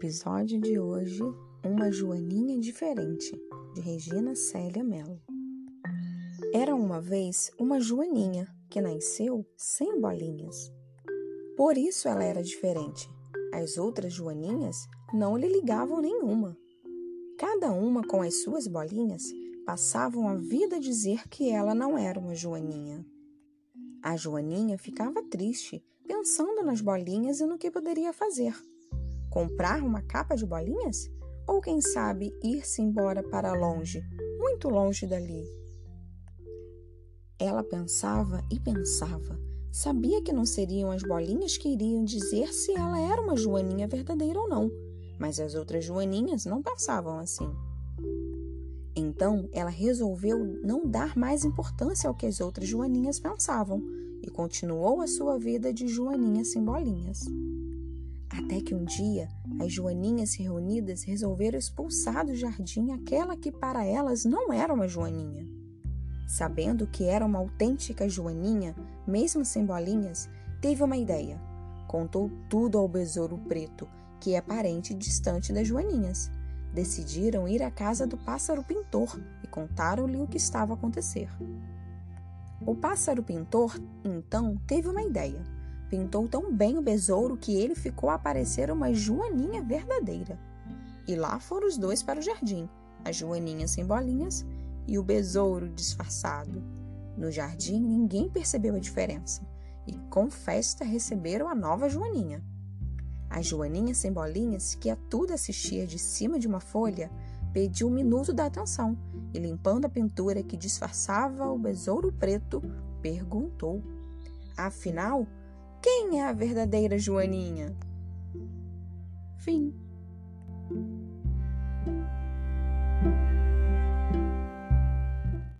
episódio de hoje, Uma Joaninha Diferente, de Regina Célia Mello. Era uma vez uma Joaninha que nasceu sem bolinhas. Por isso ela era diferente. As outras Joaninhas não lhe ligavam nenhuma. Cada uma com as suas bolinhas passavam a vida a dizer que ela não era uma Joaninha. A Joaninha ficava triste, pensando nas bolinhas e no que poderia fazer. Comprar uma capa de bolinhas? Ou, quem sabe, ir-se embora para longe, muito longe dali? Ela pensava e pensava. Sabia que não seriam as bolinhas que iriam dizer se ela era uma Joaninha verdadeira ou não, mas as outras Joaninhas não pensavam assim. Então, ela resolveu não dar mais importância ao que as outras Joaninhas pensavam e continuou a sua vida de Joaninha sem bolinhas. Até que um dia, as Joaninhas reunidas resolveram expulsar do jardim aquela que para elas não era uma Joaninha. Sabendo que era uma autêntica Joaninha, mesmo sem bolinhas, teve uma ideia. Contou tudo ao Besouro Preto, que é parente distante das Joaninhas. Decidiram ir à casa do Pássaro Pintor e contaram-lhe o que estava a acontecer. O Pássaro Pintor, então, teve uma ideia. Pintou tão bem o besouro que ele ficou a parecer uma Joaninha verdadeira. E lá foram os dois para o jardim, a Joaninha sem bolinhas e o besouro disfarçado. No jardim ninguém percebeu a diferença e com festa receberam a nova Joaninha. A Joaninha sem bolinhas, que a tudo assistia de cima de uma folha, pediu um minuto da atenção e, limpando a pintura que disfarçava o Besouro Preto, perguntou: "Afinal, quem é a verdadeira Joaninha?" Fim.